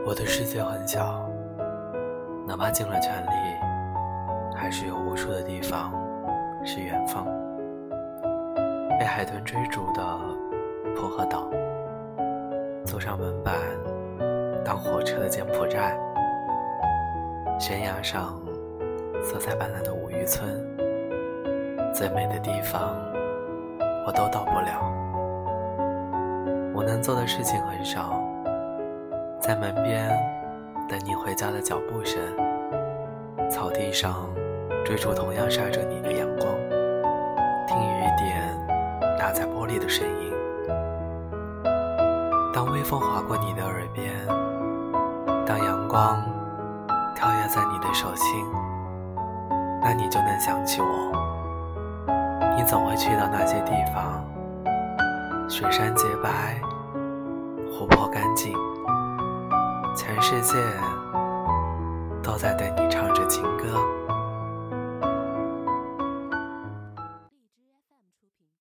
我的世界很小，哪怕尽了全力，还是有无数的地方是远方。被海豚追逐的薄荷岛，坐上门板当火车的柬埔寨，悬崖上色彩斑斓的五渔村，最美的地方我都到不了。我能做的事情很少，在门边等你回家的脚步声，草地上追逐同样晒着你的阳光，听雨点打在玻璃的声音。当微风划过你的耳边，当阳光跳跃在你的手心，那你就能想起我。你总会去到那些地方，雪山洁白，湖泊干净，全世界都在对你唱